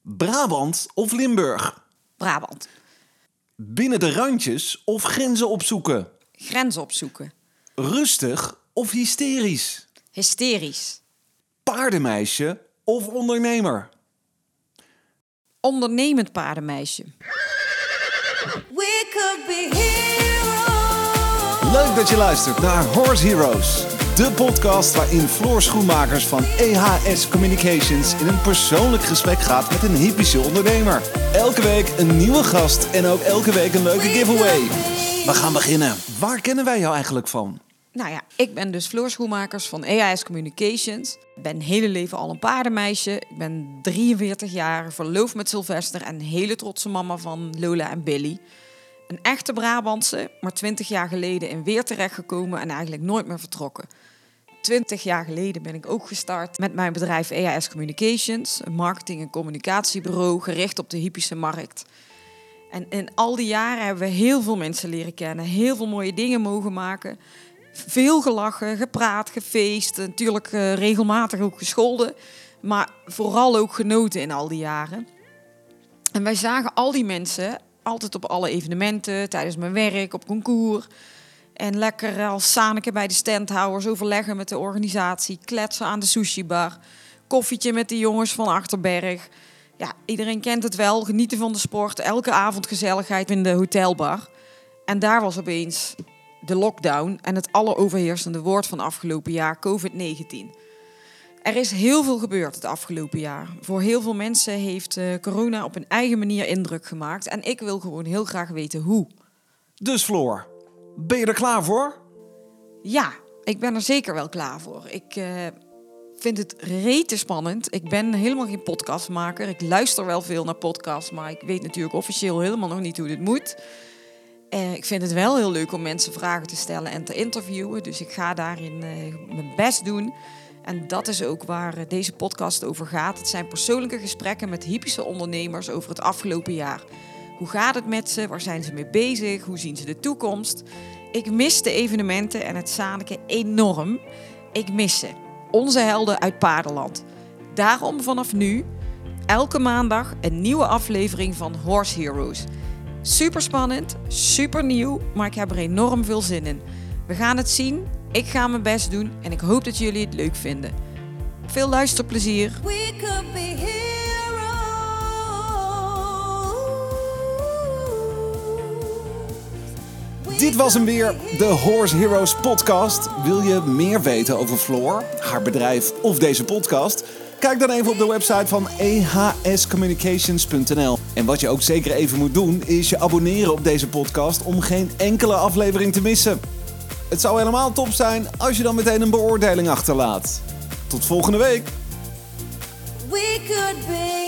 Brabant of Limburg? Brabant. Binnen de randjes of grenzen opzoeken? Grenzen opzoeken. Rustig of hysterisch? Hysterisch. Paardenmeisje of ondernemer? Ondernemend paardenmeisje. We could be heroes. Leuk dat je luistert naar Horse Heroes. De podcast waarin Floor Schoenmakers van EHS Communications in een persoonlijk gesprek gaat met een hypische ondernemer. Elke week een nieuwe gast en ook elke week een leuke giveaway. We gaan beginnen. Waar kennen wij jou eigenlijk van? Nou ja, ik ben dus Floor Schoenmakers van EHS Communications. Ik ben hele leven al een paardenmeisje. Ik ben 43 jaar, verloofd met Sylvester en een hele trotse mama van Lola en Billy. Een echte Brabantse, maar 20 jaar geleden in Weer terechtgekomen en eigenlijk nooit meer vertrokken. 20 jaar geleden ben ik ook gestart met mijn bedrijf EHS Communications, een marketing- en communicatiebureau gericht op de hypische markt. En in al die jaren hebben we heel veel mensen leren kennen, heel veel mooie dingen mogen maken. Veel gelachen, gepraat, gefeest, natuurlijk regelmatig ook gescholden, maar vooral ook genoten in al die jaren. En wij zagen al die mensen altijd op alle evenementen, tijdens mijn werk, op concours. En lekker als Saneke bij de standhouders overleggen met de organisatie, kletsen aan de sushibar, koffietje met de jongens van Achterberg. Ja, iedereen kent het wel, genieten van de sport, elke avond gezelligheid in de hotelbar. En daar was opeens de lockdown en het alleroverheersende woord van afgelopen jaar, COVID-19. Er is heel veel gebeurd het afgelopen jaar. Voor heel veel mensen heeft corona op een eigen manier indruk gemaakt. En ik wil gewoon heel graag weten hoe. Dus Floor, ben je er klaar voor? Ja, ik ben er zeker wel klaar voor. Ik vind het rete spannend. Ik ben helemaal geen podcastmaker. Ik luister wel veel naar podcasts, maar ik weet natuurlijk officieel helemaal nog niet hoe dit moet. Ik vind het wel heel leuk om mensen vragen te stellen en te interviewen. Dus ik ga daarin mijn best doen. En dat is ook waar deze podcast over gaat. Het zijn persoonlijke gesprekken met hypische ondernemers over het afgelopen jaar. Hoe gaat het met ze? Waar zijn ze mee bezig? Hoe zien ze de toekomst? Ik mis de evenementen en het Saneke enorm. Ik mis ze. Onze helden uit paardenland. Daarom vanaf nu, elke maandag een nieuwe aflevering van Horse Heroes. Super spannend, super nieuw, maar ik heb er enorm veel zin in. We gaan het zien, ik ga mijn best doen en ik hoop dat jullie het leuk vinden. Veel luisterplezier. We could be heroes. Dit was hem weer, de Horse Heroes podcast. Wil je meer weten over Floor, haar bedrijf of deze podcast? Kijk dan even op de website van ehscommunications.nl. En wat je ook zeker even moet doen, is je abonneren op deze podcast om geen enkele aflevering te missen. Het zou helemaal top zijn als je dan meteen een beoordeling achterlaat. Tot volgende week! We could be